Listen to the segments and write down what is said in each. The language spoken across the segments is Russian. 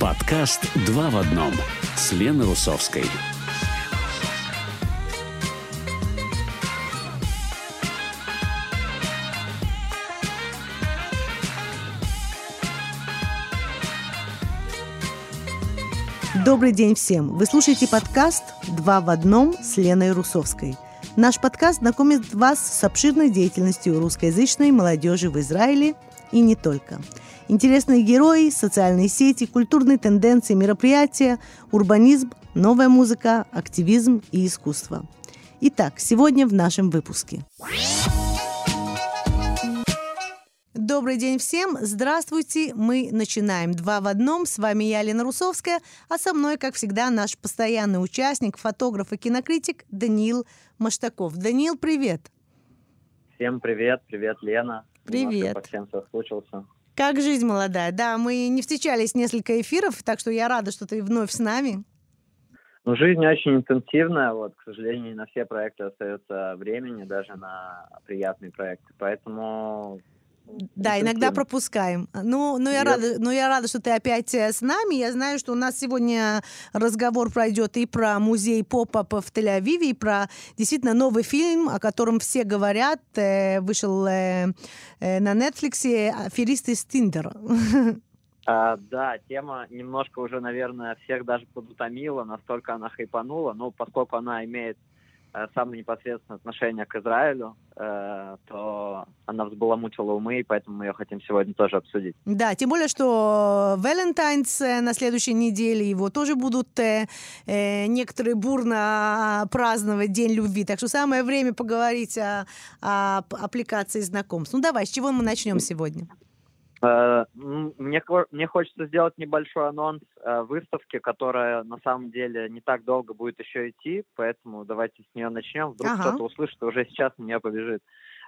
Подкаст «Два в одном» с Леной Русовской. Добрый день всем! Вы слушаете подкаст «Два в одном» с Леной Русовской. Наш подкаст знакомит вас с обширной деятельностью русскоязычной молодежи в Израиле и не только. Интересные герои, социальные сети, культурные тенденции, мероприятия, урбанизм, новая музыка, активизм и искусство. Итак, сегодня в нашем выпуске. Добрый день всем! Здравствуйте! Мы начинаем «Два в одном». С вами я, Лена Русовская, а со мной, как всегда, наш постоянный участник, фотограф и кинокритик Даниил Маштаков. Даниил, привет! Всем привет! Привет, Лена! Привет! По всем соскучился. Как жизнь молодая? Да, мы не встречались несколько эфиров, так что я рада, что ты вновь с нами. Ну, жизнь очень интенсивная, к сожалению, на все проекты остается времени, даже на приятные проекты, поэтому... Да, иногда пропускаем. Но я рада, что ты опять с нами. Я знаю, что у нас сегодня разговор пройдет и про музей поп-ап в Тель-Авиве, и про действительно новый фильм, о котором все говорят. Вышел на Netflix «Аферисты из Тиндера». Да, тема немножко уже, наверное, всех даже подутомила, настолько она хайпанула, но поскольку она имеет самое непосредственное отношение к Израилю, то она взбаламутила умы, и поэтому мы ее хотим сегодня тоже обсудить. Да, тем более, что Valentine's на следующей неделе, его тоже будут некоторые бурно праздновать День любви. Так что самое время поговорить о аппликации знакомств. Ну давай, с чего мы начнем сегодня? Мне хочется сделать небольшой анонс выставки, которая на самом деле не так долго будет еще идти, поэтому давайте с нее начнем. Вдруг кто-то услышит, и уже сейчас на нее побежит.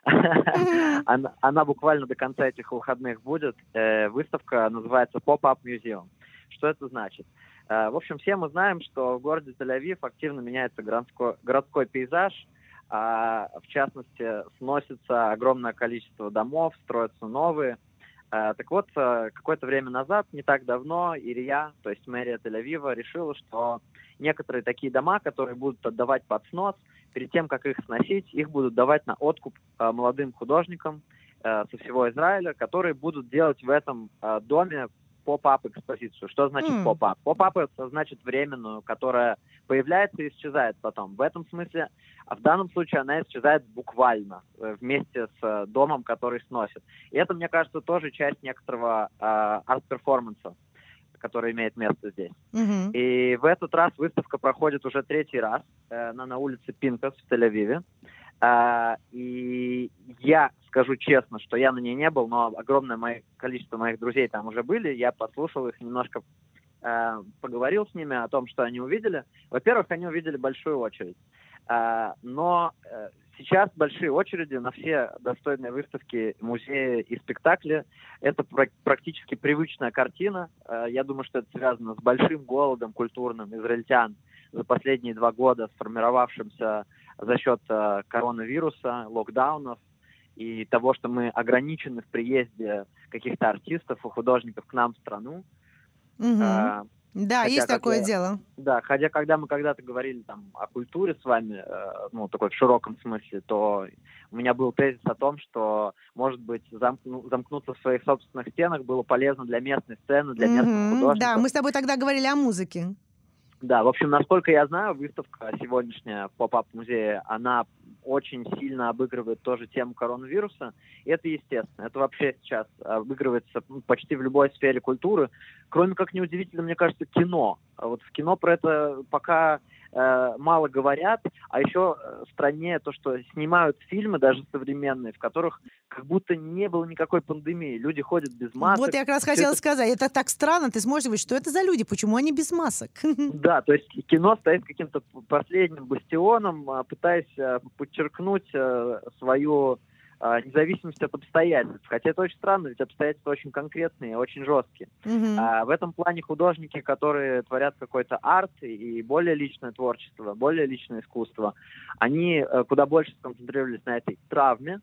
Она буквально до конца этих выходных будет. Выставка называется Pop-Up Museum. Что это значит? В общем, все мы знаем, что в городе Тель-Авив активно меняется городской пейзаж. В частности, сносится огромное количество домов, строятся новые. Так вот, какое-то время назад, не так давно, Ирия, то есть мэрия Тель-Авива, решила, что некоторые такие дома, которые будут отдавать под снос, перед тем, как их сносить, их будут давать на откуп молодым художникам со всего Израиля, которые будут делать в этом доме поп-ап экспозицию. Что значит поп-ап? Поп-ап — это значит временную, которая появляется и исчезает потом. В этом смысле, в данном случае она исчезает буквально вместе с домом, который сносит. И это, мне кажется, тоже часть некоторого арт-перформанса, который имеет место здесь. И в этот раз выставка проходит уже третий раз. Она на улице Пинкас в Тель-Авиве. И я скажу честно, что я на ней не был, но огромное количество моих друзей там уже были. Я послушал их, немножко поговорил с ними о том, что они увидели. Во-первых, они увидели большую очередь. Но сейчас большие очереди на все достойные выставки, музеи и спектакли. Это практически привычная картина. Я думаю, что это связано с большим голодом культурным израильтян за последние 2 года, сформировавшимся за счет коронавируса, локдаунов и того, что мы ограничены в приезде каких-то артистов и художников к нам в страну. Да, есть такое дело. Да, когда мы когда-то говорили о культуре с вами, такой в широком смысле, то у меня был тезис о том, что, может быть, замкнуться в своих собственных стенах было полезно для местной сцены, для местных художников. Да, мы с тобой тогда говорили о музыке. Да, в общем, насколько я знаю, выставка сегодняшняя в поп-ап музее, она очень сильно обыгрывает тоже тему коронавируса. И это естественно. Это вообще сейчас обыгрывается почти в любой сфере культуры. Кроме как неудивительно, мне кажется, кино. Вот в кино про это пока мало говорят. А еще страннее то, что снимают фильмы, даже современные, в которых как будто не было никакой пандемии. Люди ходят без масок. Вот я как раз хотела сказать, это так странно. Ты сможешь сказать, что это за люди, почему они без масок? Да, то есть кино стоит каким-то последним бастионом, пытаясь подчеркнуть свою независимость от обстоятельств. Хотя это очень странно, ведь обстоятельства очень конкретные, очень жесткие. В этом плане художники, которые творят какой-то арт и более личное творчество, более личное искусство, они куда больше сконцентрировались на этой травме,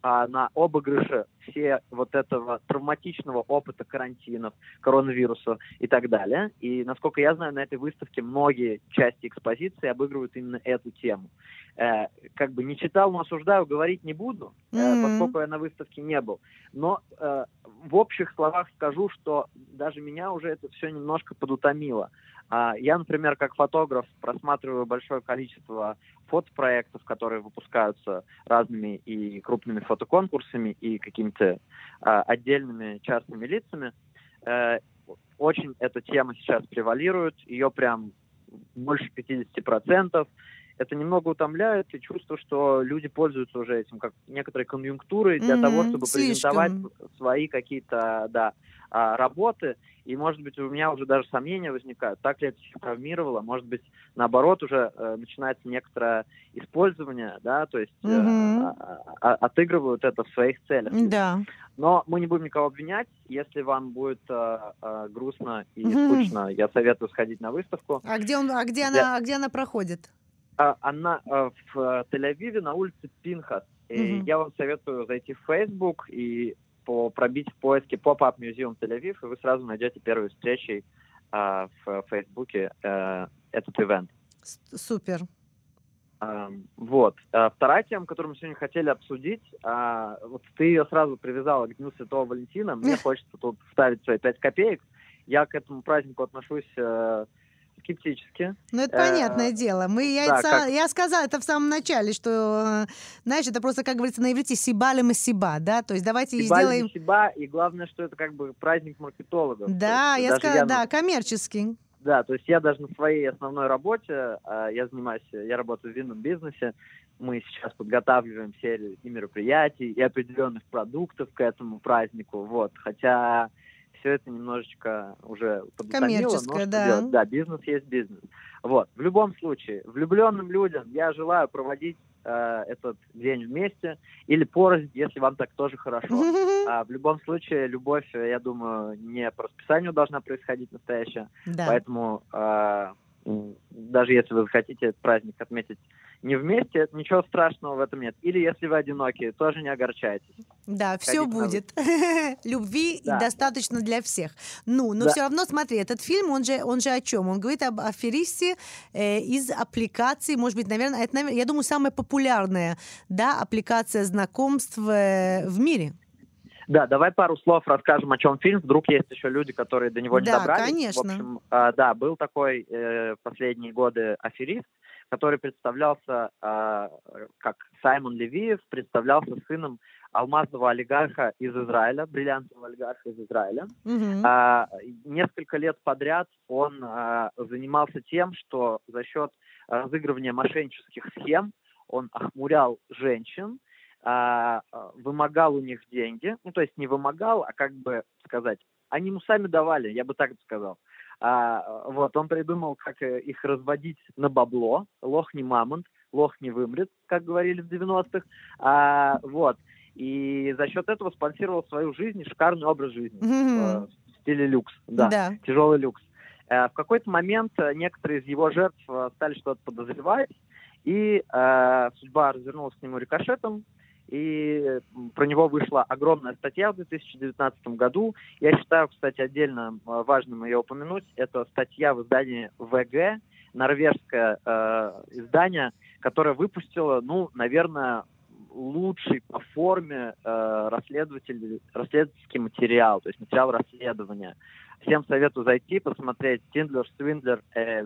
на обыгрыше все вот этого травматичного опыта карантинов, коронавируса и так далее. И, насколько я знаю, на этой выставке многие части экспозиции обыгрывают именно эту тему. Как бы не читал, но осуждаю, говорить не буду, поскольку я на выставке не был. Но в общих словах скажу, что даже меня уже это все немножко подутомило. Я, например, как фотограф просматриваю большое количество фотопроектов, которые выпускаются разными и крупными фотоконкурсами, и какими-то отдельными частными лицами. Очень эта тема сейчас превалирует, ее прям больше 50%. Это немного утомляет, и чувство, что люди пользуются уже этим как некоторой конъюнктурой для того, чтобы презентовать свои какие-то работы. И, может быть, у меня уже даже сомнения возникают, так ли это все травмировало. Может быть, наоборот, уже начинается некоторое использование, да, то есть отыгрывают это в своих целях. Да. Но мы не будем никого обвинять. Если вам будет грустно и скучно, я советую сходить на выставку. А где она проходит? Она в Тель-Авиве на улице Пинхас. И я вам советую зайти в Facebook и пробить в поиске Pop-Up Museum Тель-Авив, и вы сразу найдете первой встречей в Фейсбуке этот ивент. Супер. Вот. Вторая тема, которую мы сегодня хотели обсудить, вот ты ее сразу привязала к Дню Святого Валентина. Мне хочется тут вставить свои 5 копеек. Я к этому празднику отношусь скептически. Ну, это понятное дело. Я сказала это в самом начале, что, знаешь, это просто, как говорится на иврите, сиба ле сиба, да, то есть давайте сделаем... Сиба, и главное, что это как бы праздник маркетологов. Да, я сказала, да, коммерческий. Да, то есть я даже на своей основной работе, я работаю в винном бизнесе, мы сейчас подготавливаем серию и мероприятий, и определенных продуктов к этому празднику, вот, хотя... Все это немножечко уже подутомило, но да. Да, бизнес есть бизнес. Вот. В любом случае, влюбленным людям я желаю проводить этот день вместе или порознь, если вам так тоже хорошо. В любом случае, любовь, я думаю, не по расписанию должна происходить настоящая. Да. Поэтому даже если вы захотите этот праздник отметить не вместе, ничего страшного в этом нет. Или если вы одиноки, тоже не огорчайтесь. Да, все будет. Любви достаточно для всех. Но все равно, смотри, этот фильм, он же о чем? Он говорит об аферисте из аппликации, может быть, наверное, я думаю, самая популярная, да, аппликация знакомств в мире. Да, давай пару слов расскажем, о чем фильм. Вдруг есть еще люди, которые до него не добрались. Да, конечно. В общем, был такой в последние годы аферист, который представлялся как Саймон Левиев, представлялся сыном алмазного олигарха из Израиля, бриллиантового олигарха из Израиля. Несколько лет подряд он занимался тем, что за счет разыгрывания мошеннических схем он охмурял женщин, вымогал у них деньги, ну, то есть не вымогал, а как бы сказать, они ему сами давали, я бы так сказал. Вот, он придумал, как их разводить на бабло, лох не мамонт, лох не вымрет, как говорили в 90-х, вот, и за счет этого спонсировал свою жизнь, шикарный образ жизни, в стиле люкс, да, тяжелый люкс. В какой-то момент некоторые из его жертв стали что-то подозревать, и судьба развернулась к нему рикошетом, и про него вышла огромная статья в 2019 году. Я считаю, кстати, отдельно важным ее упомянуть. Это статья в издании ВГ, норвежское издание, которое выпустило, ну, наверное, лучший по форме расследовательский материал, то есть материал расследования. Всем советую зайти, посмотреть «Тиндлер, Свиндлер,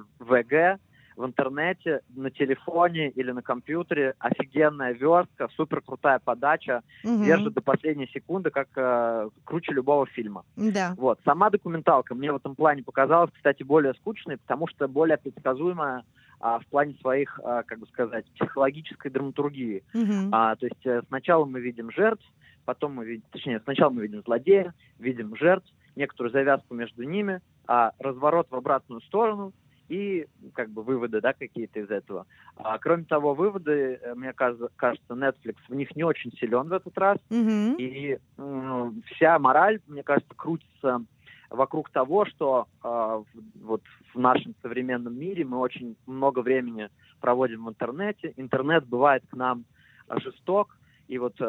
ВГ» в интернете, на телефоне или на компьютере. Офигенная верстка, супер крутая подача, держит до последней секунды, как круче любого фильма. Да. Вот. Сама документалка мне в этом плане показалась, кстати, более скучной, потому что более предсказуемая в плане своих, как бы сказать, психологической драматургии. То есть сначала мы видим жертв, потом сначала мы видим злодея, видим жертв, некоторую завязку между ними, разворот в обратную сторону, и как бы выводы, да, какие-то из этого. Кроме того, выводы, мне кажется, Netflix в них не очень силен в этот раз. И вся мораль, мне кажется, крутится вокруг того, что вот в нашем современном мире мы очень много времени проводим в интернете. Интернет бывает к нам жесток, и вот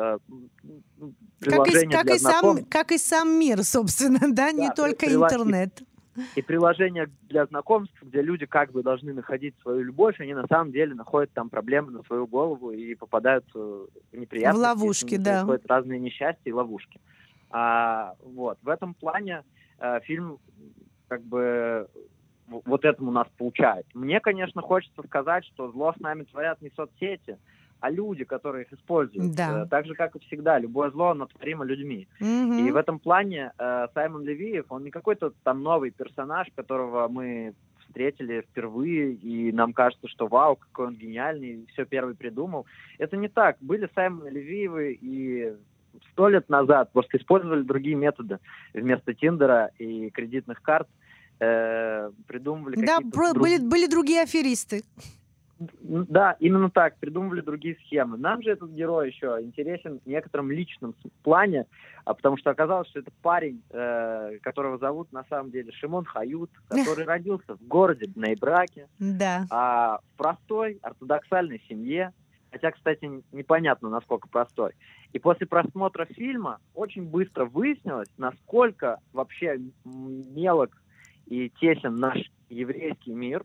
приложение для знакомств. Как и сам мир, собственно, да, не только интернет. И приложения для знакомств, где люди как бы должны находить свою любовь, они на самом деле находят там проблемы на свою голову и попадают в неприятности. В ловушки, да. Происходят разные несчастья и ловушки. Вот. В этом плане фильм как бы вот этому нас получает. Мне, конечно, хочется сказать, что зло с нами творят не соцсети, а люди, которые их используют. Да. Так же, как и всегда, любое зло, оно творимо людьми. И в этом плане Саймон Левиев, он не какой-то там новый персонаж, которого мы встретили впервые, и нам кажется, что вау, какой он гениальный, все первый придумал. Это не так. Были Саймоны Левиевы и 100 лет назад, просто использовали другие методы. Вместо Тиндера и кредитных карт придумывали какие-то... были другие аферисты. Да, именно так, придумывали другие схемы. Нам же этот герой еще интересен в некотором личном плане, потому что оказалось, что это парень, которого зовут на самом деле Шимон Хают, который родился в городе Бней-Браке, в простой ортодоксальной семье, хотя, кстати, непонятно, насколько простой. И после просмотра фильма очень быстро выяснилось, насколько вообще мелок и тесен наш еврейский мир,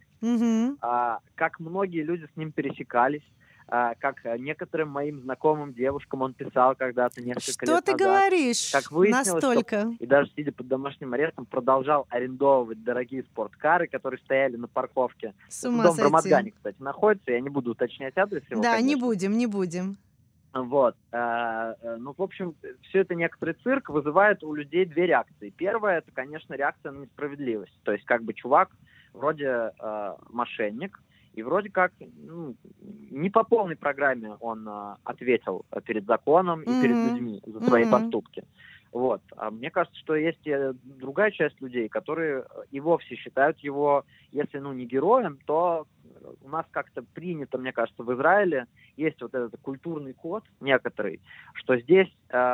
как многие люди с ним пересекались, как некоторым моим знакомым девушкам он писал когда-то несколько лет назад. Что ты говоришь? Как выяснилось, настолько? Что, и даже сидя под домашним арестом, продолжал арендовывать дорогие спорткары, которые стояли на парковке. С ума Дом в сойти. Рамадгане, кстати, находится. Я не буду уточнять адрес его, Да, конечно. не будем. Вот. Ну, в общем, все это некоторый цирк вызывает у людей две реакции. Первая, это, конечно, реакция на несправедливость. То есть, как бы чувак вроде мошенник, и вроде как не по полной программе он ответил перед законом и перед людьми за свои поступки. Вот. А мне кажется, что есть и другая часть людей, которые и вовсе считают его, если не героем, то у нас как-то принято, мне кажется, в Израиле есть вот этот культурный код некоторый, что здесь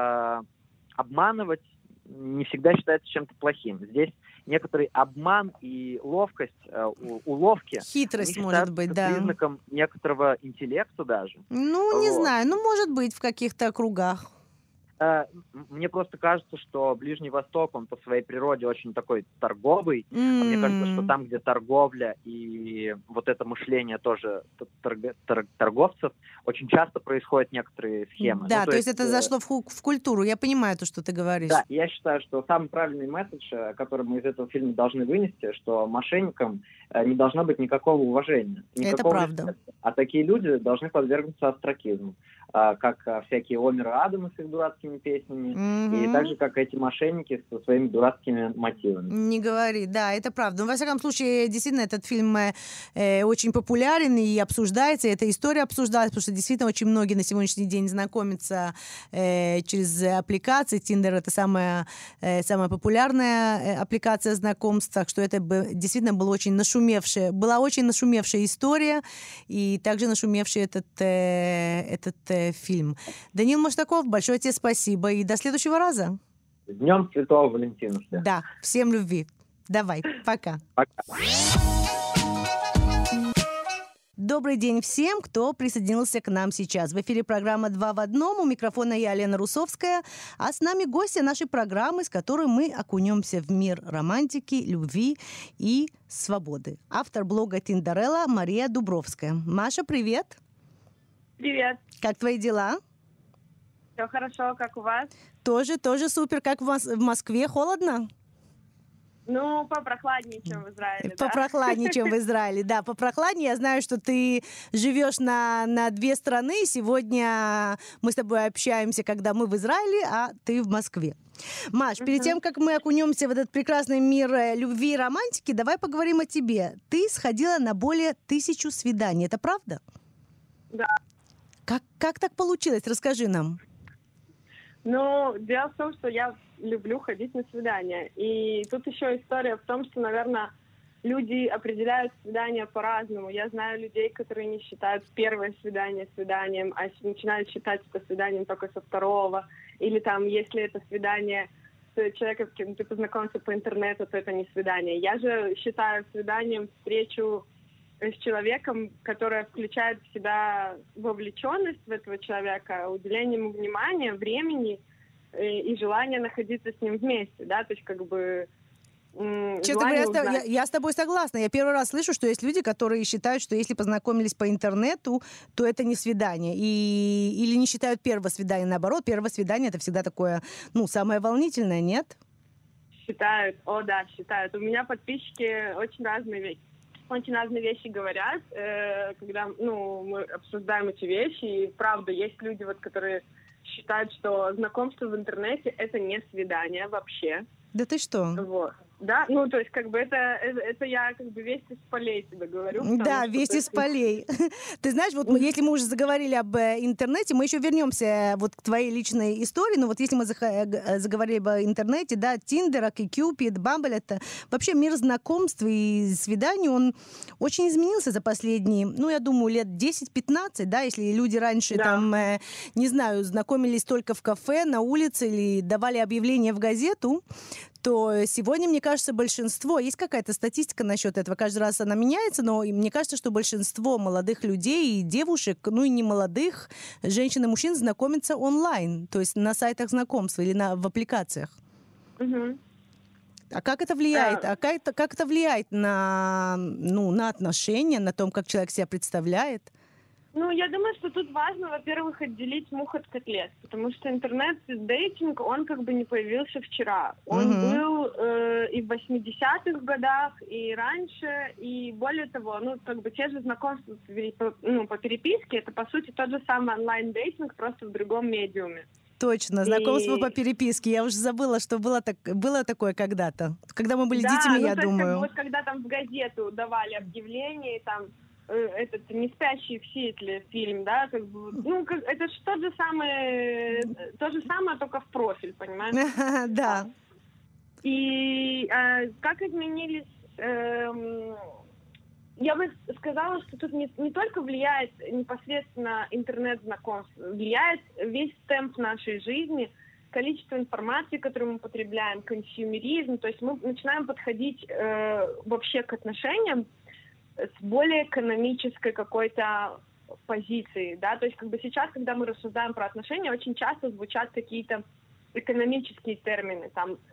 обманывать не всегда считается чем-то плохим. Здесь некоторый обман и ловкость, уловки... Хитрость, может быть, да. Признаком некоторого интеллекта даже. Не знаю, может быть, в каких-то кругах. Мне просто кажется, что Ближний Восток, он по своей природе очень такой торговый. А мне кажется, что там, где торговля и вот это мышление тоже торговцев, очень часто происходят некоторые схемы. Да, то есть это зашло в культуру. Я понимаю то, что ты говоришь. Да, я считаю, что самый правильный месседж, который мы из этого фильма должны вынести, что мошенникам не должно быть никакого уважения. Это правда. Респекта. А такие люди должны подвергнуться остракизму. Как всякие Омер и Адамы с их дурацкими песнями, и так же, как эти мошенники со своими дурацкими мотивами. Не говори, да, это правда. Но, во всяком случае, действительно, этот фильм очень популярен и обсуждается, и эта история обсуждается, потому что действительно очень многие на сегодняшний день знакомятся через аппликации. Tinder — это самая популярная аппликация знакомств, так что это действительно была очень нашумевшая история, и также нашумевший этот фильм. Даниил Маштаков, большое тебе спасибо и до следующего раза. С Днем Святого Валентина. Да, всем любви. Давай, пока. Пока. Добрый день всем, кто присоединился к нам сейчас. В эфире программа «Два в одном». У микрофона я, Лена Русовская. А с нами гостья нашей программы, с которой мы окунемся в мир романтики, любви и свободы. Автор блога Тиндерелла Мария Дубровская. Маша, привет. Привет. Как твои дела? Все хорошо, как у вас? Тоже супер. Как в Москве? Холодно? Попрохладнее, чем в Израиле. Попрохладнее, чем в Израиле, да. Попрохладнее. Я знаю, что ты живешь на две страны. Сегодня мы с тобой общаемся, когда мы в Израиле, а ты в Москве. Маш, перед тем, как мы окунемся в этот прекрасный мир любви и романтики, давай поговорим о тебе. Ты сходила на более 1000 свиданий. Это правда? Да. Как так получилось? Расскажи нам. Дело в том, что я люблю ходить на свидания. И тут еще история в том, что, наверное, люди определяют свидания по-разному. Я знаю людей, которые не считают первое свидание свиданием, а начинают считать это свиданием только со второго. Или там, если это свидание с человеком, с кем ты познакомился по интернету, то это не свидание. Я же считаю свиданием встречу с человеком, которая включает в себя вовлеченность в этого человека, уделение ему внимания, времени и желание находиться с ним вместе, да, то есть как бы... Честно говоря, я с тобой согласна. Я первый раз слышу, что есть люди, которые считают, что если познакомились по интернету, то это не свидание. Или не считают первого свидания. Наоборот, первое свидание — это всегда такое, самое волнительное, нет? Считают, считают. У меня подписчики очень разные вещи говорят, когда мы обсуждаем эти вещи. И правда, есть люди, которые считают, что знакомство в интернете — это не свидание вообще. Да ты что? Вот. Да, то есть, это я, весть из полей тебе говорю. Да, весть из полей. Ты знаешь, если мы уже заговорили об интернете, мы еще вернемся к твоей личной истории, но если мы заговорили об интернете, да, Tinder, OkCupid, Bumble, это вообще мир знакомств и свиданий, он очень изменился за последние, я думаю, лет 10-15, да, если люди раньше не знаю, знакомились только в кафе, на улице или давали объявление в газету, то сегодня, мне кажется, большинство... Есть какая-то статистика насчет этого, каждый раз она меняется, но мне кажется, что большинство молодых людей и девушек, и не молодых, женщин и мужчин знакомятся онлайн, то есть на сайтах знакомств или в аппликациях. Угу. А как это влияет? Как это влияет на отношения, на том, как человек себя представляет? Я думаю, что тут важно, во-первых, отделить мух от котлет, потому что интернет-дейтинг, он не появился вчера. Он был и в 80-х годах, и раньше, и более того, те же знакомства по переписке, это, по сути, тот же самый онлайн-дейтинг, просто в другом медиуме. Точно, знакомство по переписке. Я уже забыла, что было такое когда-то. Когда мы были детьми, я думаю. Когда там в газету давали объявление, этот «Не спящий в Сиэтле» фильм, да, это же то же самое, только в профиль, понимаешь? Да. И как изменились... я бы сказала, что тут не только влияет непосредственно интернет-знакомств, влияет весь темп нашей жизни, количество информации, которую мы потребляем, консюмеризм, то есть мы начинаем подходить вообще к отношениям с более экономической какой-то позиции, да, то есть сейчас, когда мы рассуждаем про отношения, очень часто звучат какие-то экономические термины,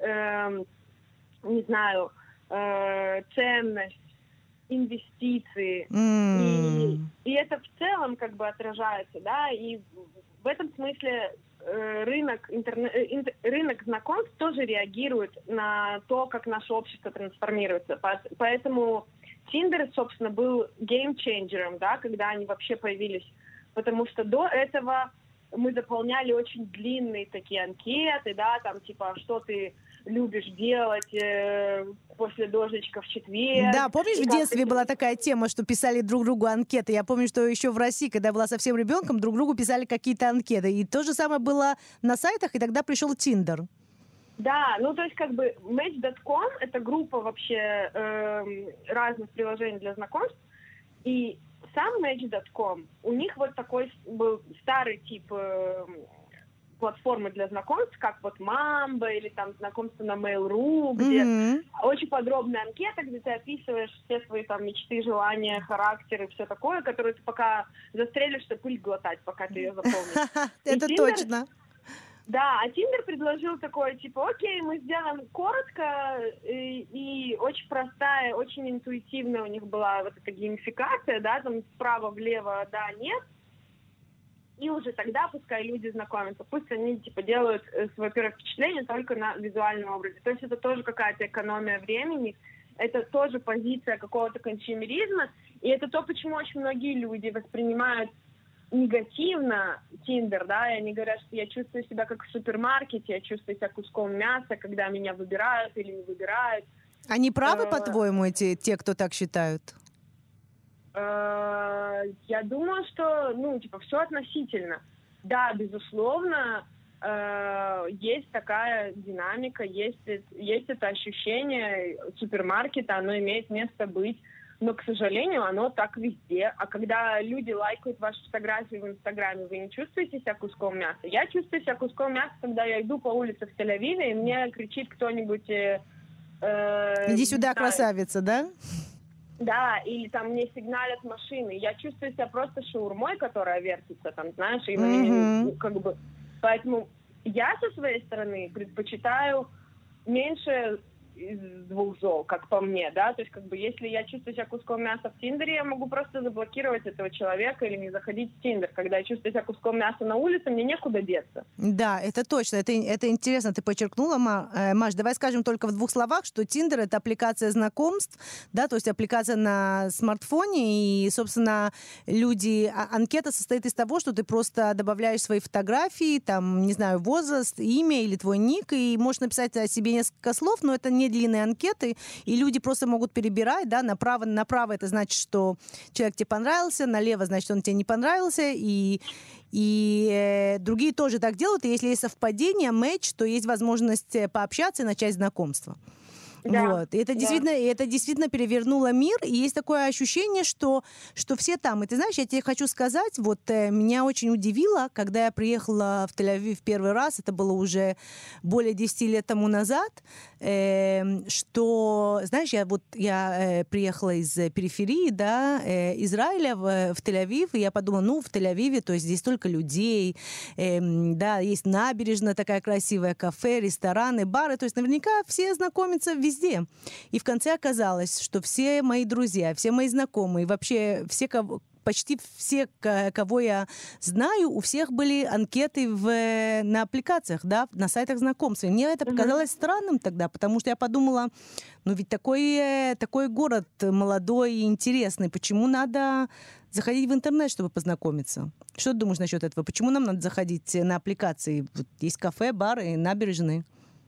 не знаю, ценность, инвестиции, и это в целом отражается, да, и в этом смысле рынок знакомств тоже реагирует на то, как наше общество трансформируется, поэтому Tinder, собственно, был геймченджером, да, когда они вообще появились, потому что до этого мы заполняли очень длинные такие анкеты, да, что ты любишь делать после дождичка в четверг. Да, помнишь, в детстве была такая тема, что писали друг другу анкеты? Я помню, что еще в России, когда я была совсем ребенком, друг другу писали какие-то анкеты. И то же самое было на сайтах, и тогда пришел Tinder. Да, то есть Match.com — это группа вообще разных приложений для знакомств, и сам Match.com, у них такой был старый тип платформы для знакомств, как Mamba или знакомство на Mail.ru, где очень подробная анкета, где ты описываешь все свои мечты, желания, характер и все такое, которые ты пока застрелишься пыль глотать, пока ты ее заполнишь. Это точно. Да, а Tinder предложил такое, окей, мы сделаем коротко и очень простая, очень интуитивная у них была эта геймификация, да, справа, влево, да, нет. И уже тогда пускай люди знакомятся, пусть они делают свое первое впечатление только на визуальном образе. То есть это тоже какая-то экономия времени, это тоже позиция какого-то консюмеризма, и это то, почему очень многие люди воспринимают негативно Tinder, да, и они говорят, что я чувствую себя как в супермаркете, я чувствую себя куском мяса, когда меня выбирают или не выбирают. Они правы, по-твоему, те, кто так считают? Я думаю, что, все относительно. Да, безусловно, есть такая динамика, есть это ощущение супермаркета, оно имеет место быть. Но, к сожалению, оно так везде. А когда люди лайкают ваши фотографии в Инстаграме, вы не чувствуете себя куском мяса? Я чувствую себя куском мяса, когда я иду по улице в Тель-Авиве, и мне кричит кто-нибудь... Иди сюда, красавица, да? Да, или там мне сигналят машины. Я чувствую себя просто шаурмой, которая вертится там, знаешь, и на меня, как бы... Поэтому я со своей стороны предпочитаю меньше из двух зол, как по мне, да, то есть как бы если я чувствую себя куском мяса в Тиндере, я могу просто заблокировать этого человека или не заходить в Тиндер. Когда я чувствую себя куском мяса на улице, мне некуда деться. Да, это точно, это интересно, ты подчеркнула, Маш. Давай скажем только в двух словах, что Тиндер — это аппликация знакомств, да, то есть аппликация на смартфоне, и, собственно, анкета состоит из того, что ты просто добавляешь свои фотографии, там, не знаю, возраст, имя или твой ник, и можешь написать о себе несколько слов, но это не длинные анкеты, и люди просто могут перебирать, да, направо это значит, что человек тебе понравился, налево значит, он тебе не понравился, и другие тоже так делают, и если есть совпадение, матч, то есть возможность пообщаться и начать знакомство. Да, вот. И это действительно перевернуло мир, и есть такое ощущение, что все там. И ты знаешь, я тебе хочу сказать, вот меня очень удивило, когда я приехала в Тель-Авив первый раз, это было уже более 10 лет тому назад, что, знаешь, я приехала из периферии, да, Израиля в Тель-Авив, и я подумала, в Тель-Авиве, то есть здесь столько людей, да, есть набережная такая красивая, кафе, рестораны, бары, то есть наверняка все знакомятся везде. И в конце оказалось, что все мои друзья, все мои знакомые, вообще почти все, кого я знаю, у всех были анкеты на аппликациях, да, на сайтах знакомств. И мне это показалось странным тогда, потому что я подумала, ведь такой город молодой и интересный, почему надо заходить в интернет, чтобы познакомиться? Что ты думаешь насчет этого? Почему нам надо заходить на аппликации? Вот есть кафе, бары, набережные.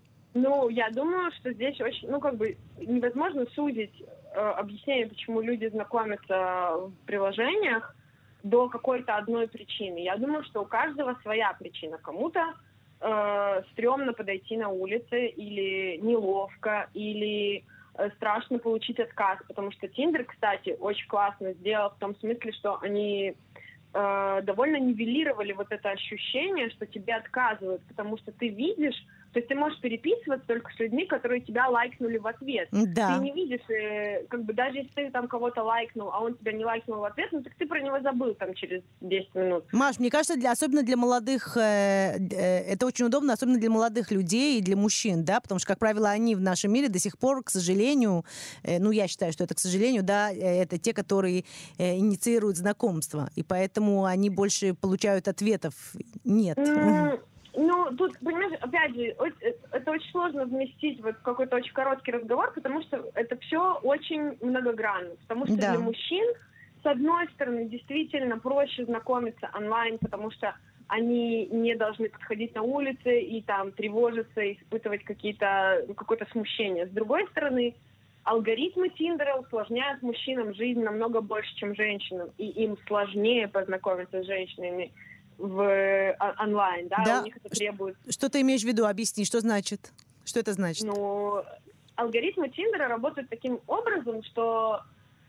Я думаю, что здесь очень, невозможно сузить объяснение, почему люди знакомятся в приложениях до какой-то одной причины. Я думаю, что у каждого своя причина. Кому-то стрёмно подойти на улице, или неловко, или страшно получить отказ, потому что Tinder, кстати, очень классно сделал в том смысле, что они довольно нивелировали вот это ощущение, что тебе отказывают, потому что ты видишь, то есть ты можешь переписываться только с людьми, которые тебя лайкнули в ответ. Да. Ты не видишь, даже если ты там кого-то лайкнул, а он тебя не лайкнул в ответ, так ты про него забыл там через 10 минут. Маш, мне кажется, особенно для молодых, это очень удобно, особенно для молодых людей и для мужчин, да, потому что, как правило, они в нашем мире до сих пор, к сожалению, я считаю, что это, к сожалению, да, это те, которые инициируют знакомство, и поэтому они больше получают ответов. Нет. Тут, понимаешь, опять же, это очень сложно вместить в какой-то очень короткий разговор, потому что это все очень многогранно. Потому что для мужчин, с одной стороны, действительно проще знакомиться онлайн, потому что они не должны подходить на улице и там тревожиться, испытывать какое-то смущение. С другой стороны, алгоритмы Тиндера усложняют мужчинам жизнь намного больше, чем женщинам, и им сложнее познакомиться с женщинами в онлайн, да, у них это требует... Что ты имеешь в виду? Объясни, что значит? Что это значит? Алгоритмы Тиндера работают таким образом, что,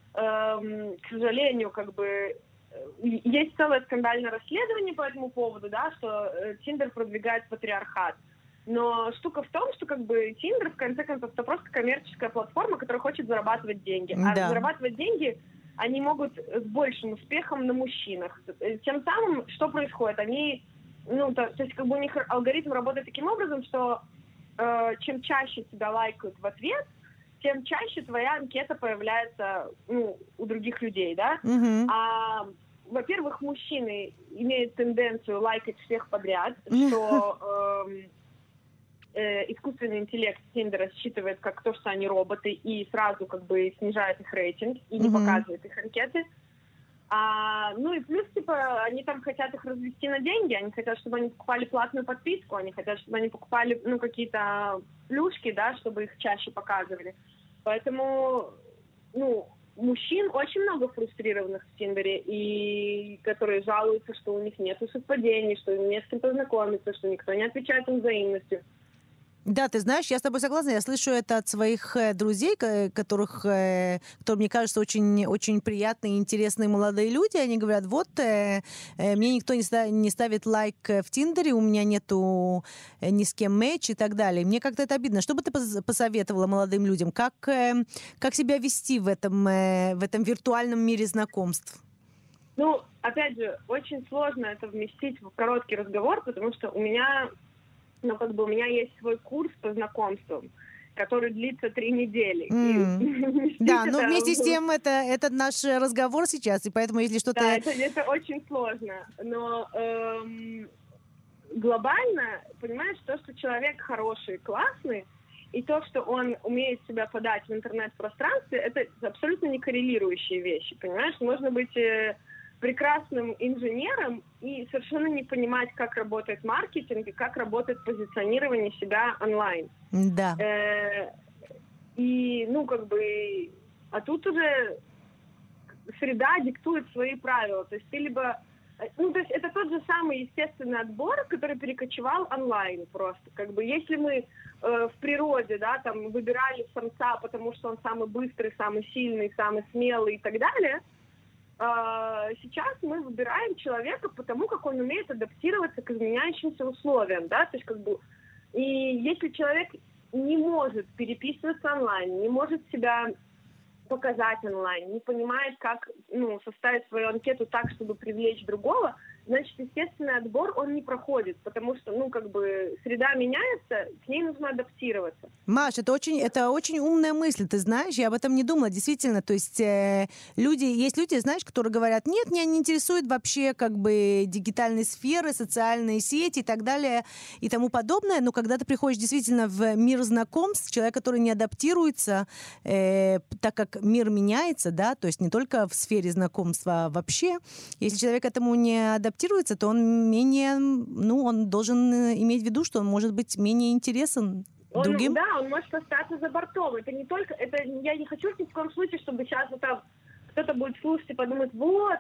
к сожалению, есть целое скандальное расследование по этому поводу, да, что Тиндер продвигает патриархат. Но штука в том, что Тиндер, в конце концов, это просто коммерческая платформа, которая хочет зарабатывать деньги. А зарабатывать деньги они могут с большим успехом на мужчинах. Тем самым, что происходит? Они, то есть у них алгоритм работает таким образом, что чем чаще тебя лайкают в ответ, тем чаще твоя анкета появляется у других людей, да? Во-первых, мужчины имеют тенденцию лайкать всех подряд, что искусственный интеллект Тиндера считывает как то, что они роботы, и сразу снижает их рейтинг и не показывает их анкеты. И плюс, они там хотят их развести на деньги, они хотят, чтобы они покупали платную подписку, они хотят, чтобы они покупали, какие-то плюшки, да, чтобы их чаще показывали. Поэтому, мужчин очень много фрустрированных в Тиндере, и которые жалуются, что у них нет совпадений, что им не с кем познакомиться, что никто не отвечает им взаимностью. Да, ты знаешь, я с тобой согласна. Я слышу это от своих друзей, которые, мне кажется, очень, очень приятные и интересные молодые люди. Они говорят, вот, мне никто не ставит лайк в Тиндере, у меня нету ни с кем мэч и так далее. Мне как-то это обидно. Что бы ты посоветовала молодым людям? Как себя вести в этом виртуальном мире знакомств? Ну, опять же, очень сложно это вместить в короткий разговор, потому что у меня есть свой курс по знакомствам, который длится 3 недели. Да, но вместе с тем это наш разговор сейчас, и поэтому если что-то... Да, это очень сложно, но глобально, понимаешь, то, что человек хороший, классный, и то, что он умеет себя подать в интернет-пространстве, это абсолютно не коррелирующие вещи, понимаешь? Можно быть прекрасным инженером и совершенно не понимать, как работает маркетинг и как работает позиционирование себя онлайн. Да. А тут уже среда диктует свои правила. То есть ты либо... то есть это тот же самый естественный отбор, который перекочевал онлайн просто. Если мы в природе, да, там, выбирали самца, потому что он самый быстрый, самый сильный, самый смелый и так далее, сейчас мы выбираем человека потому, как он умеет адаптироваться к изменяющимся условиям, да, то есть и если человек не может переписываться онлайн, не может себя показать онлайн, не понимает, как составить свою анкету так, чтобы привлечь другого, значит, естественный отбор, он не проходит, потому что, среда меняется, к ней нужно адаптироваться. Маш, это очень умная мысль, ты знаешь, я об этом не думала, действительно, то есть есть люди, знаешь, которые говорят, нет, меня не интересует вообще дигитальные сферы, социальные сети и так далее и тому подобное, но когда ты приходишь действительно в мир знакомств, человек, который не адаптируется, так как мир меняется, да, то есть не только в сфере знакомства, а вообще, если человек к этому не адаптируется, то он он должен иметь в виду, что он может быть менее интересен другим. Да, он может остаться за бортом. Я не хочу ни в коем случае, чтобы сейчас кто-то будет слушать и подумать, вот,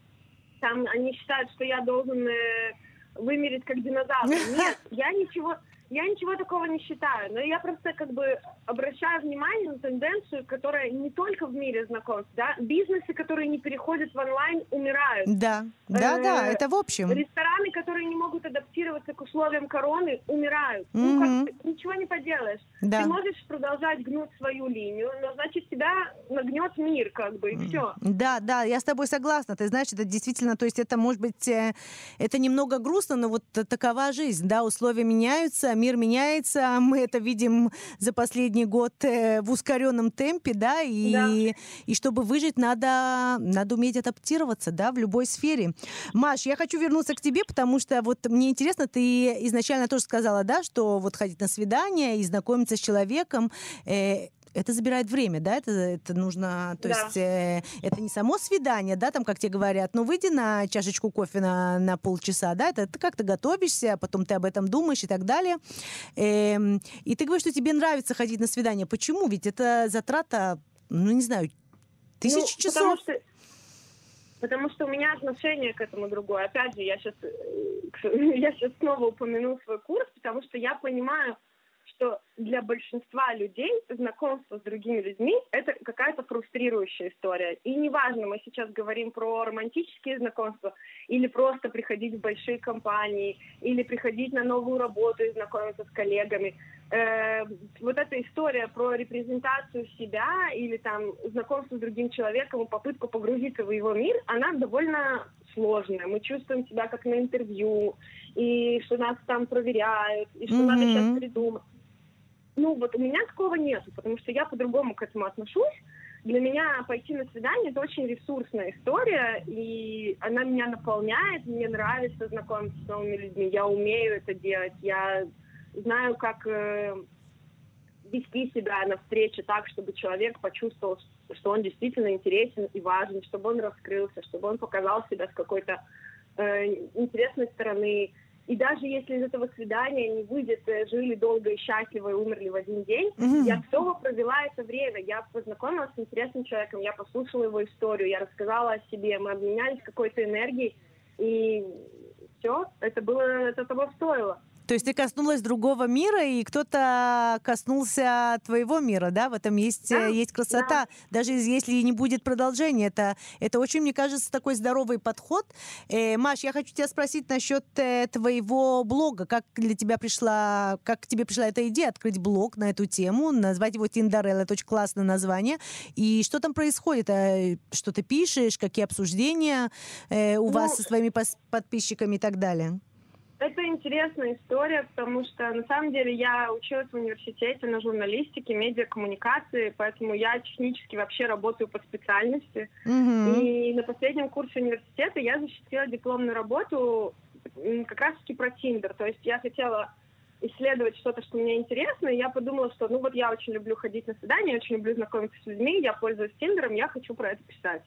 там они считают, что я должен вымереть как динозавр. Нет, я ничего такого не считаю, но я просто обращаю внимание на тенденцию, которая не только в мире знакомств, да, бизнесы, которые не переходят в онлайн, умирают. Да, это в общем. Рестораны, которые не могут адаптироваться к условиям короны, умирают. Ничего не поделаешь. Да. Ты можешь продолжать гнуть свою линию, но значит тебя нагнет мир, и все. Да, я с тобой согласна. Ты знаешь, это действительно, то есть это может быть, это немного грустно, но вот такова жизнь, да, условия меняются, мир меняется, мы это видим за последний год в ускоренном темпе, да, и чтобы выжить, надо уметь адаптироваться, да, в любой сфере. Маш, я хочу вернуться к тебе, потому что вот мне интересно, ты изначально тоже сказала, да, что вот ходить на свидание и знакомиться с человеком, это забирает время, да, это нужно, то есть это не само свидание, да, там, как тебе говорят, выйди на чашечку кофе на полчаса, да, это ты как-то готовишься, потом ты об этом думаешь и так далее. И ты говоришь, что тебе нравится ходить на свидание. Почему? Ведь это затрата, не знаю, 1000 часов. Потому что у меня отношение к этому другое. Опять же, я сейчас снова упомяну свой курс, потому что я понимаю, что для большинства людей знакомство с другими людьми – это какая-то фрустрирующая история. И неважно, мы сейчас говорим про романтические знакомства, или просто приходить в большие компании, или приходить на новую работу и знакомиться с коллегами. Вот эта история про репрезентацию себя или там знакомство с другим человеком и попытку погрузиться в его мир, она довольно сложная. Мы чувствуем себя как на интервью, и что нас там проверяют, и что надо сейчас придумать. Вот у меня такого нет, потому что я по-другому к этому отношусь. Для меня пойти на свидание – это очень ресурсная история, и она меня наполняет, мне нравится знакомиться с новыми людьми, я умею это делать, я знаю, как вести себя на встрече так, чтобы человек почувствовал, что он действительно интересен и важен, чтобы он раскрылся, чтобы он показал себя с какой-то интересной стороны. И даже если из этого свидания не выйдет, жили долго и счастливо и умерли в один день, я снова провела это время, я познакомилась с интересным человеком, я послушала его историю, я рассказала о себе, мы обменялись какой-то энергией, и все, это того стоило. То есть ты коснулась другого мира, и кто-то коснулся твоего мира, да? В этом есть красота. Да. Даже если не будет продолжения, это очень, мне кажется, такой здоровый подход. Маш, я хочу тебя спросить насчет твоего блога. Как к тебе пришла эта идея открыть блог на эту тему, назвать его Tinderella, это очень классное название. И что там происходит? Что ты пишешь? Какие обсуждения у вас со своими подписчиками и так далее? Это интересная история, потому что на самом деле я училась в университете на журналистике, медиакоммуникации, поэтому я технически вообще работаю по специальности. И на последнем курсе университета я защитила дипломную работу как раз-таки про Tinder. То есть я хотела исследовать что-то, что мне интересно, и я подумала, что я очень люблю ходить на свидания, очень люблю знакомиться с людьми, я пользуюсь Тиндером, я хочу про это писать.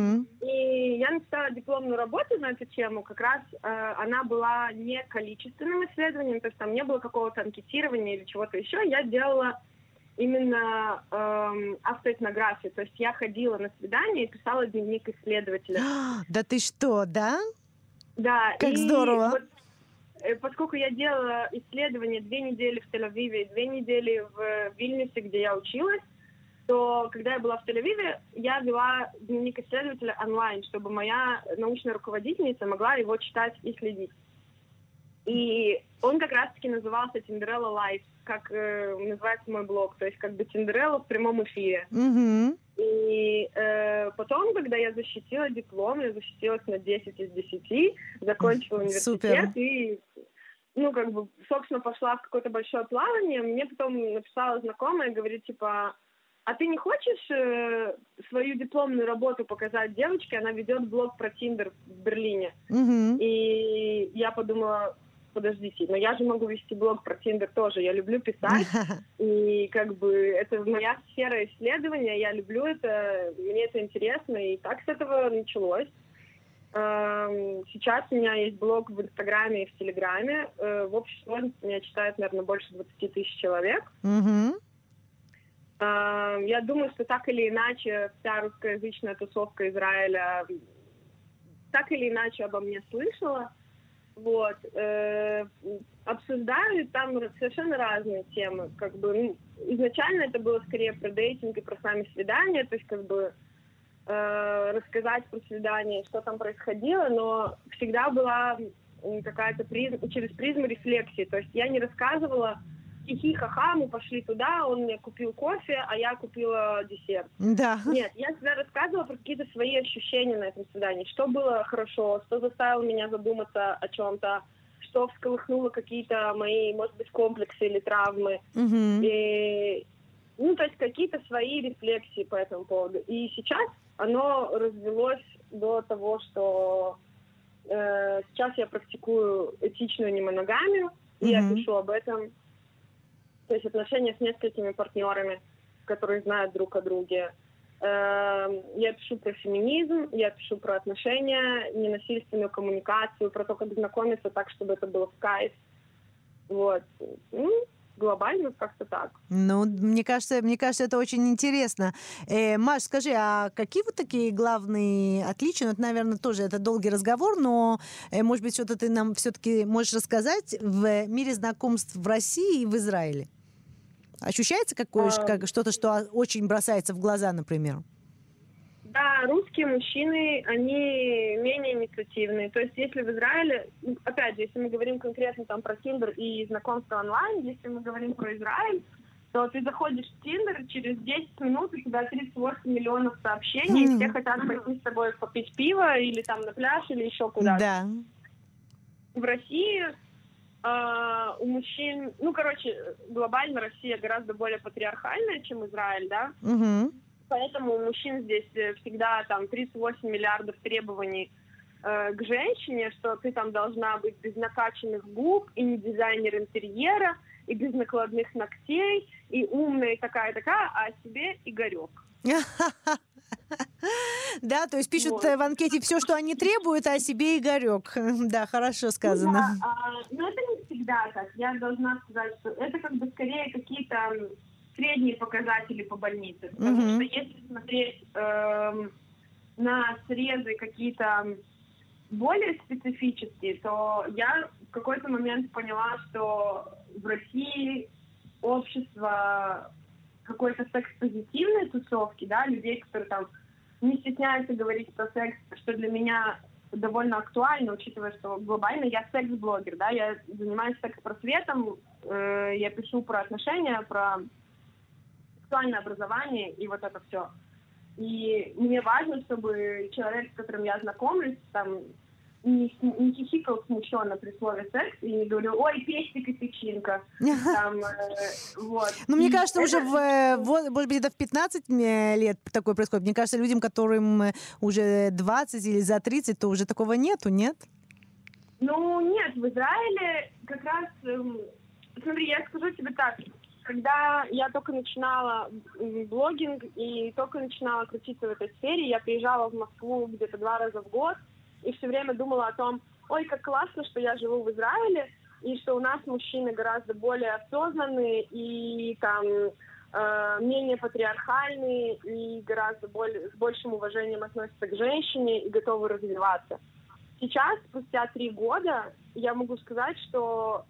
И я написала дипломную работу на эту тему, как раз она была не количественным исследованием, то есть там не было какого-то анкетирования или чего-то еще, я делала именно автоэтнографию, то есть я ходила на свидания и писала дневник исследователя. Да ты что, да? Да. Как здорово! Поскольку я делала исследования 2 недели в Тель-Авиве и 2 недели в Вильнюсе, где я училась, то когда я была в Тель-Авиве, я вела дневник исследователя онлайн, чтобы моя научная руководительница могла его читать и следить. И он как раз-таки назывался Tinderella Live, как называется мой блог, то есть как бы Tinderella в прямом эфире. И потом, когда я защитила диплом, я защитилась на 10 из 10, закончила университет и, собственно, пошла в какое-то большое плавание. Мне потом написала знакомая и говорит, типа, а ты не хочешь свою дипломную работу показать девочке? Она ведет блог про Тиндер в Берлине. И я подумала, подождите, но я же могу вести блог про Тиндер тоже, я люблю писать, и это моя сфера исследования, я люблю это, мне это интересно, и так с этого началось. Сейчас у меня есть блог в Инстаграме и в Телеграме, в общей сложности меня читает, наверное, больше 20 тысяч человек. Я думаю, что так или иначе вся русскоязычная тусовка Израиля так или иначе обо мне слышала. Обсуждали там совершенно разные темы. Изначально это было скорее про дейтинг и про сами свидания, то есть рассказать про свидание, что там происходило, но всегда была какая-то через призму рефлексии. То есть я не рассказывала хихи-ха-ха, мы пошли туда, он мне купил кофе, а я купила десерт. Да. Нет, я всегда рассказывала про какие-то свои ощущения на этом свидании, что было хорошо, что заставило меня задуматься о чем-то, что всколыхнуло какие-то мои, может быть, комплексы или травмы. И, то есть какие-то свои рефлексии по этому поводу. И сейчас оно развелось до того, что сейчас я практикую этичную немоногамию, и я пишу об этом. То есть отношения с несколькими партнерами, которые знают друг о друге. Я пишу про феминизм, я пишу про отношения, ненасильственную коммуникацию, про то, как знакомиться так, чтобы это было в кайф. Глобально как-то так. Мне кажется, это очень интересно. Маш, скажи, а какие такие главные отличия? Это, наверное, тоже это долгий разговор, но, может быть, что-то ты нам все-таки можешь рассказать в мире знакомств в России и в Израиле? Ощущается что-то, что очень бросается в глаза, например? Да, русские мужчины, они менее инициативные. То есть если в Израиле, опять же, если мы говорим конкретно там про Тиндер и знакомство онлайн, если мы говорим про Израиль, то ты заходишь в Тиндер, через 10 минут у тебя 38 миллионов сообщений, и все хотят пойти с тобой попить пиво или там на пляж, или еще куда-то. Да. В России у мужчин, глобально Россия гораздо более патриархальная, чем Израиль, да? Поэтому у мужчин здесь всегда там 38 миллиардов требований к женщине, что ты там должна быть без накачанных губ, и не дизайнер интерьера, и без накладных ногтей, и умная, и такая-такая, а о себе Игорек. Да, то есть пишут в анкете все, что они требуют, а о себе Игорек. Да, хорошо сказано. Но это не всегда так. Я должна сказать, что это скорее какие-то средние показатели по больнице. Потому что если смотреть на срезы какие-то более специфические, то я какой-то момент поняла, что в России общество какой-то секс-позитивной тусовки, да, людей, которые там не стесняются говорить про секс, что для меня довольно актуально, учитывая, что глобально я секс-блогер, да, я занимаюсь секс-просветом, я пишу про отношения, про сексуальное образование и вот это все. И мне важно, чтобы человек, с которым я знакомлюсь, там, не хихикал смущенно при слове секс и не говорил: ой, пестик и печенька. Вот. Ну, мне кажется, уже может быть, это в 15 лет такое происходит. Мне кажется, людям, которым уже 20 или за 30, то уже такого нету, нет? Ну, нет, в Израиле как раз... Смотри, я скажу тебе так. Когда я только начинала блогинг и только начинала крутиться в этой сфере, я приезжала в Москву где-то 2 раза в год и все время думала о том: ой, как классно, что я живу в Израиле, и что у нас мужчины гораздо более осознанные и там менее патриархальные и гораздо с большим уважением относятся к женщине и готовы развиваться. Сейчас, спустя 3 года, я могу сказать, что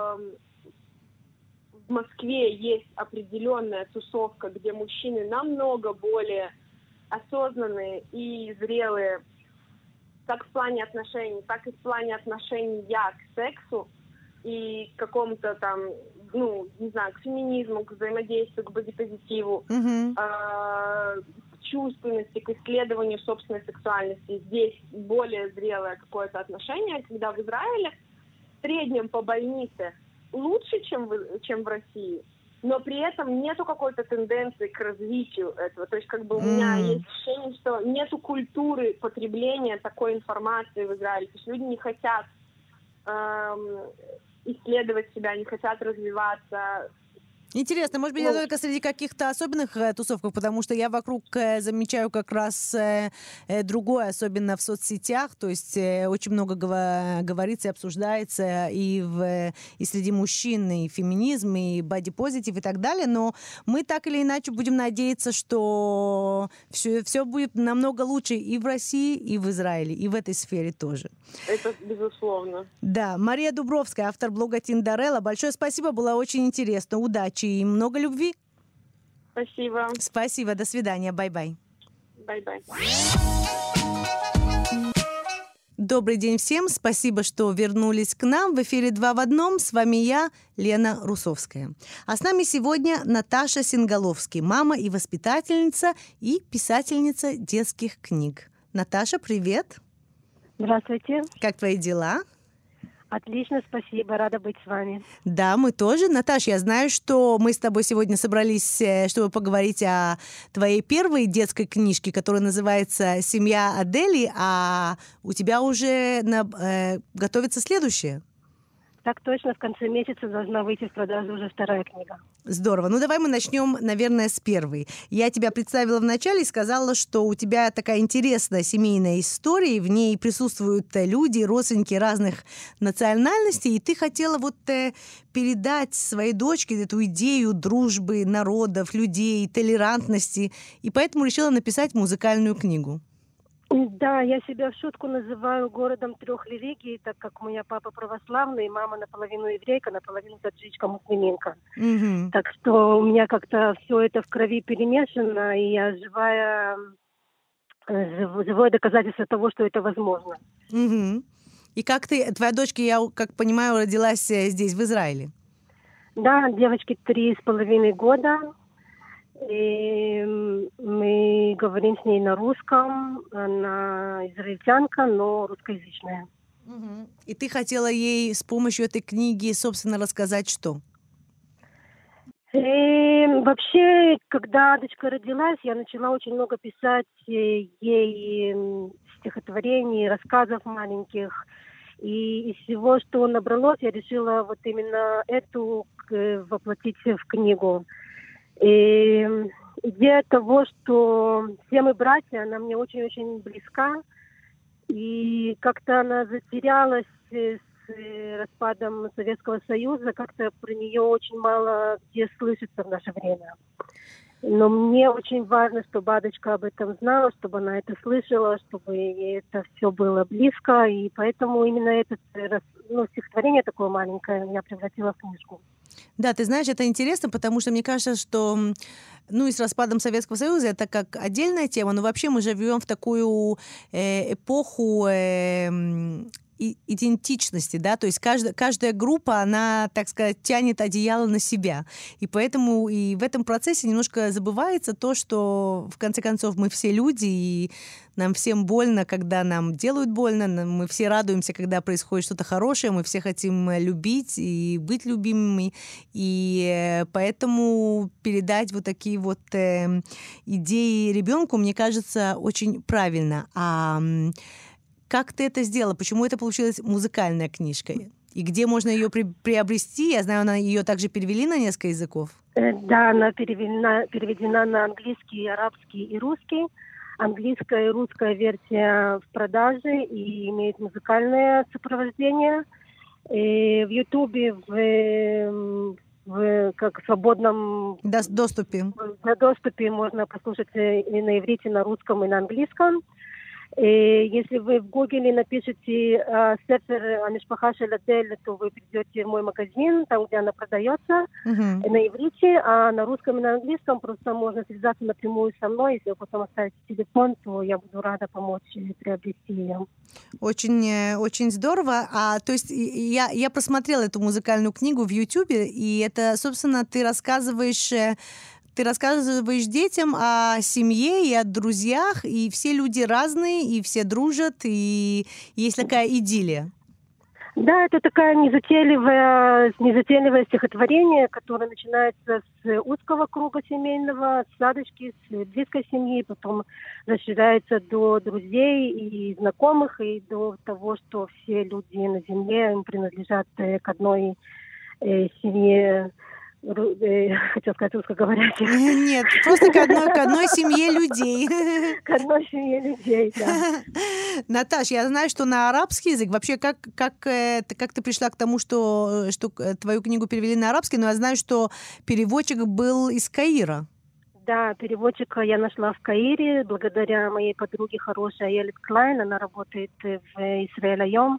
в Москве есть определенная тусовка, где мужчины намного более осознанные и зрелые, как в плане отношений, так и в плане отношения к сексу и к какому-то там, ну, не знаю, к феминизму, к взаимодействию, к бодипозитиву, к чувственности, к исследованию собственной сексуальности. Здесь более зрелое какое-то отношение, когда в Израиле в среднем по больнице лучше, чем в России, но при этом нету какой-то тенденции к развитию этого. То есть как бы у меня есть ощущение, что нету культуры потребления такой информации в Израиле. То есть люди не хотят исследовать себя, не хотят развиваться. Интересно, может быть, я только среди каких-то особенных тусовок, потому что я вокруг замечаю как раз другое, особенно в соцсетях, то есть очень много говорится и обсуждается и среди мужчин, и феминизм, и бодипозитив, и так далее, но мы так или иначе будем надеяться, что все будет намного лучше и в России, и в Израиле, и в этой сфере тоже. Это безусловно. Да, Мария Дубровская, автор блога Тиндарелла. Большое спасибо, было очень интересно. Удачи и много любви. Спасибо. Спасибо, до свидания, бай-бай. Бай-бай. Добрый день всем, спасибо, что вернулись к нам. В эфире «Два в одном». С вами я, Лена Русовская. А с нами сегодня Наташа Сингаловский, мама и воспитательница, и писательница детских книг. Наташа, привет. Здравствуйте. Как твои дела? Отлично, спасибо, рада быть с вами. Да, мы тоже. Наташ, я знаю, что мы с тобой сегодня собрались, чтобы поговорить о твоей первой детской книжке, которая называется «Семья Адели», а у тебя уже готовится следующая. Так точно, в конце месяца должна выйти в продажу уже 2-я книга. Здорово. Ну, давай мы начнем, наверное, с первой. Я тебя представила вначале и сказала, что у тебя такая интересная семейная история, и в ней присутствуют люди, родственники разных национальностей, и ты хотела передать своей дочке эту идею дружбы народов, людей, толерантности, и поэтому решила написать музыкальную книгу. Да, я себя в шутку называю городом 3 религий, так как у меня папа православный, мама наполовину еврейка, наполовину таджичка-мусульминка. Mm-hmm. Так что у меня как-то все это в крови перемешано, и я живое доказательство того, что это возможно. Mm-hmm. И как твоя дочка, я как понимаю, родилась здесь, в Израиле? Да, девочке 3,5 года. И мы говорим с ней на русском, она израильтянка, но русскоязычная. Угу. И ты хотела ей с помощью этой книги, собственно, рассказать что? Вообще, когда дочка родилась, я начала очень много писать ей стихотворений, рассказов маленьких. И из всего, что набралось, я решила вот именно эту воплотить в книгу. И идея того, что все мы братья, она мне очень-очень близка. И как-то она затерялась с распадом Советского Союза, как-то про нее очень мало где слышится в наше время. Но мне очень важно, чтобы Адочка об этом знала, чтобы она это слышала, чтобы ей это все было близко. И поэтому именно это стихотворение такое маленькое я превратила в книжку. Да, ты знаешь, это интересно, потому что мне кажется, что, и с распадом Советского Союза это как отдельная тема, но вообще мы живем в такую эпоху идентичности, да, то есть каждая группа, она, так сказать, тянет одеяло на себя, и поэтому и в этом процессе немножко забывается то, что в конце концов мы все люди, и нам всем больно, когда нам делают больно, мы все радуемся, когда происходит что-то хорошее, мы все хотим любить и быть любимыми, и поэтому передать вот такие вот идеи ребенку, мне кажется, очень правильно. Как ты это сделала? Почему это получилась музыкальная книжка? И где можно ее приобрести? Я знаю, ее также перевели на несколько языков. Да, она переведена на английский, арабский и русский. Английская и русская версия в продаже и имеет музыкальное сопровождение. И в Ютубе в как свободном доступе. На доступе можно послушать и на иврите, и на русском, и на английском. Если вы в Гугле напишете «Сефер Мишпаха шель Адель», то вы придете в мой магазин, там, где она продается, на иврите, а на русском и на английском просто можно связаться напрямую со мной. Если вы потом оставите телефон, то я буду рада помочь приобрести ее. Очень, очень здорово. То есть я просмотрела эту музыкальную книгу в Ютубе, и это, собственно, ты рассказываешь детям о семье и о друзьях, и все люди разные, и все дружат, и есть такая идиллия. Да, это такое незатейливое стихотворение, которое начинается с узкого круга семейного, с Адочки, с близкой семьи, потом расширяется до друзей и знакомых, и до того, что все люди на земле принадлежат к одной семье. Хотел сказать русскоговорящих. Нет, просто к одной семье людей. К одной семье людей, да. Наташ, я знаю, что на арабский язык, вообще, как ты пришла к тому, что твою книгу перевели на арабский, но я знаю, что переводчик был из Каира. Да, переводчика я нашла в Каире, благодаря моей подруге хорошей Аелит Клайн, она работает в Исраэль Айом,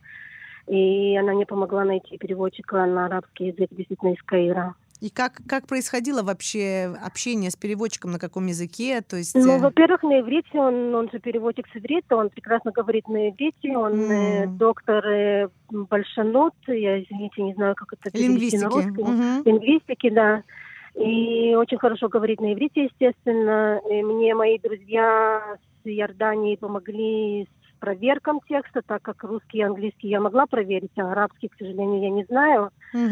и она мне помогла найти переводчика на арабский язык, действительно, из Каира. И как происходило вообще общение с переводчиком, на каком языке? То есть... во-первых, на иврите, он же переводчик с иврита, он прекрасно говорит на иврите, он доктор Большанут, я, извините, не знаю, как это перевести на русский. Лингвистики, да. И очень хорошо говорит на иврите, естественно. И мне мои друзья с Иордании помогли с проверкам текста, так как русский и английский я могла проверить, а арабский, к сожалению, я не знаю.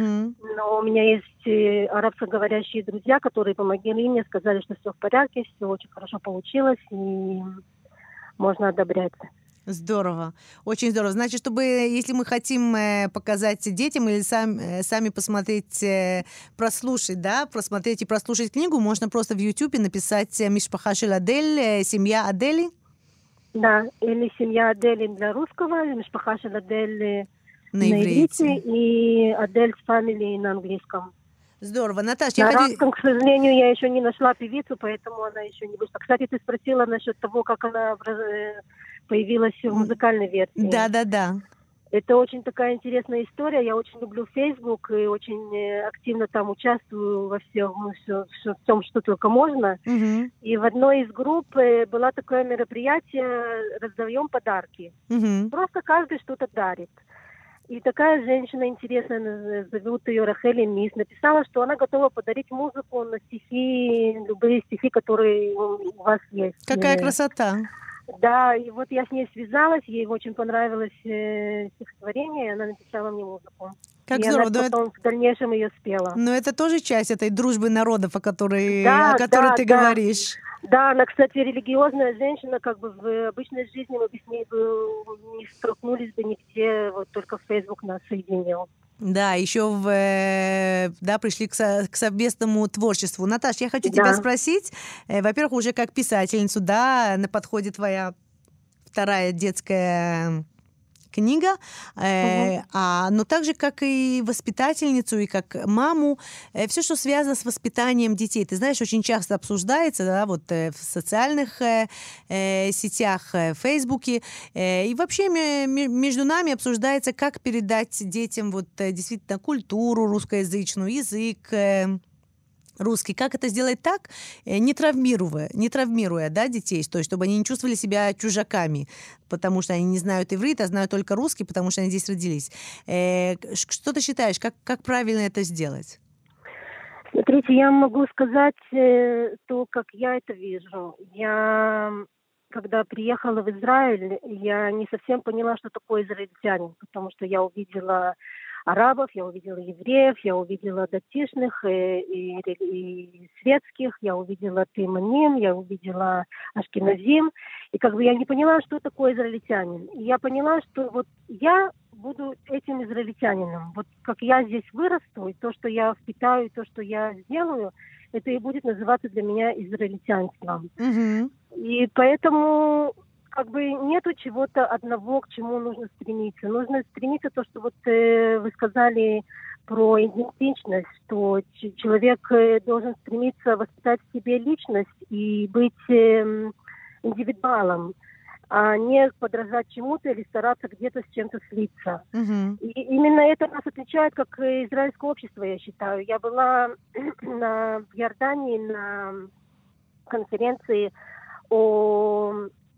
Но у меня есть арабскоговорящие друзья, которые помогли мне, сказали, что все в порядке, все очень хорошо получилось, и можно одобрять. Здорово, очень здорово. Значит, если мы хотим показать детям или сами посмотреть, прослушать, да, просмотреть и прослушать книгу, можно просто в Ютубе написать «Мишпаха шель Адель», «Семья Адели». Да, или «Семья Адели» для русского, или «Мишпаха шель Адель» на иврите, и «Адель Family» на английском. Здорово. Наташа, на арабском, к сожалению, я еще не нашла певицу, поэтому она еще не вышла. Кстати, ты спросила насчет того, как она появилась в музыкальной версии. Да. Это очень такая интересная история. Я очень люблю Facebook и очень активно там участвую во всем, что только можно. И в одной из групп было такое мероприятие, раздаем подарки. Просто каждый что-то дарит. И такая женщина интересная, зовут ее Рахели Мис, написала, что она готова подарить музыку на стихи, любые стихи, которые у вас есть. Какая красота! Да, и вот я с ней связалась, ей очень понравилось стихотворение, и она написала мне музыку. Как и здорово! она потом в дальнейшем ее спела. Но это тоже часть этой дружбы народов, о которой ты говоришь. Да, она, кстати, религиозная женщина, как бы в обычной жизни мы бы с ней не столкнулись бы нигде, вот только Facebook нас соединил. Да, еще пришли к совместному творчеству. Наташ, я хочу тебя спросить, во-первых, уже как писательницу, да, на подходе твоя вторая детская книга, но так же, как и воспитательницу, и как маму, все, что связано с воспитанием детей. Ты знаешь, очень часто обсуждается, да, вот в социальных сетях, в Фейсбуке, и вообще между нами обсуждается, как передать детям вот действительно культуру русскоязычную, язык русский, как это сделать так, не травмируя, да, детей, то есть чтобы они не чувствовали себя чужаками, потому что они не знают иврит, а знают только русский, потому что они здесь родились. Что ты считаешь, как правильно это сделать? Смотрите, я могу сказать то, как я это вижу. Когда приехала в Израиль, я не совсем поняла, что такое израильтянин, потому что я увидела арабов, я увидела евреев, я увидела датишных и светских, я увидела тейманим, я увидела ашкеназим. И я не поняла, что такое израильтянин. И я поняла, что вот я буду этим израильтянином. Вот как я здесь вырасту, и то, что я впитаю, и то, что я сделаю, это и будет называться для меня израильтянством. Mm-hmm. И поэтому нету чего-то одного, к чему нужно стремиться. Нужно стремиться то, что вот вы сказали про идентичность, что человек должен стремиться воспитать в себе личность и быть индивидуалом, а не подражать чему-то или стараться где-то с чем-то слиться. Mm-hmm. И именно это нас отличает как израильское общество, я считаю. Я была в Иордании на конференции о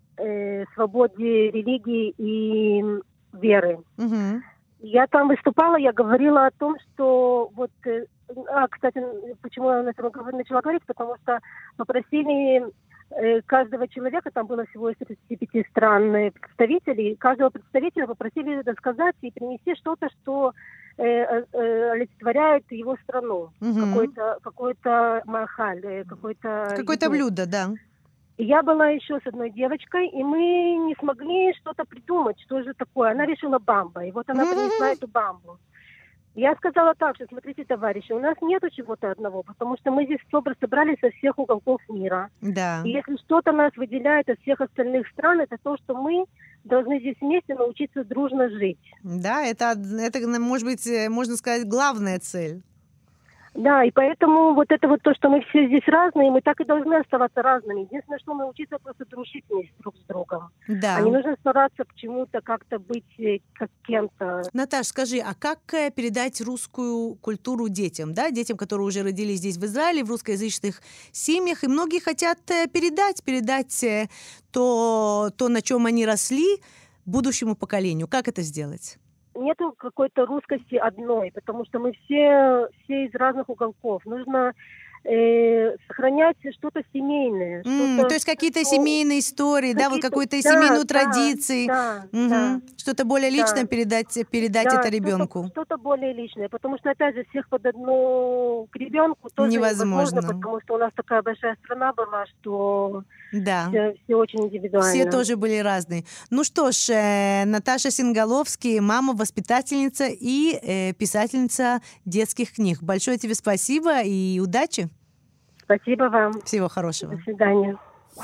свободе религии и веры. Mm-hmm. Я там выступала, я говорила о том, что кстати, почему я начала говорить, потому что попросили каждого человека, там было всего из 35 стран представителей, каждого представителя попросили рассказать и принести что-то, что олицетворяет его страну. Mm-hmm. Какой-то махаль, какое-то блюдо, да. Я была еще с одной девочкой, и мы не смогли что-то придумать, что же такое. Она решила бамба, и вот она принесла эту бамбу. Я сказала так, что смотрите, товарищи, у нас нету чего-то одного, потому что мы здесь собрались со всех уголков мира. Да. И если что-то нас выделяет от всех остальных стран, это то, что мы должны здесь вместе научиться дружно жить. Да, это может быть, можно сказать, главная цель. Да, и поэтому вот это вот то, что мы все здесь разные, мы так и должны оставаться разными. Единственное, что научиться просто дружить вместе друг с другом. Да. А не нужно стараться к чему-то как-то быть как кем-то. Наташ, скажи, а как передать русскую культуру детям, да? Детям, которые уже родились здесь в Израиле, в русскоязычных семьях, и многие хотят передать то, на чем они росли, будущему поколению. Как это сделать? Нету какой-то русскости одной, потому что мы все из разных уголков. Нужно сохранять что-то семейное. То есть какие-то семейные истории, да, вот какую-то семейную традицию. Да. Что-то более личное передать это ребенку. Что-то более личное, потому что, опять же, всех под одну гребенку тоже невозможно, потому что у нас такая большая страна была, что все очень индивидуально. Все тоже были разные. Ну что ж, Наташа Сингаловский, мама, воспитательница и писательница детских книг. Большое тебе спасибо и удачи. Спасибо вам. Всего хорошего. До свидания.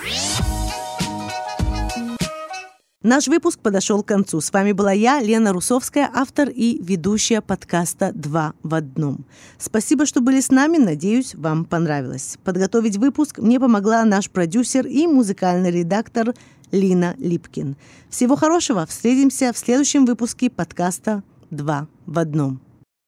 Наш выпуск подошел к концу. С вами была я, Лена Русовская, автор и ведущая подкаста «Два в одном». Спасибо, что были с нами. Надеюсь, вам понравилось. Подготовить выпуск мне помогла наш продюсер и музыкальный редактор Лина Липкин. Всего хорошего. Встретимся в следующем выпуске подкаста «Два в одном».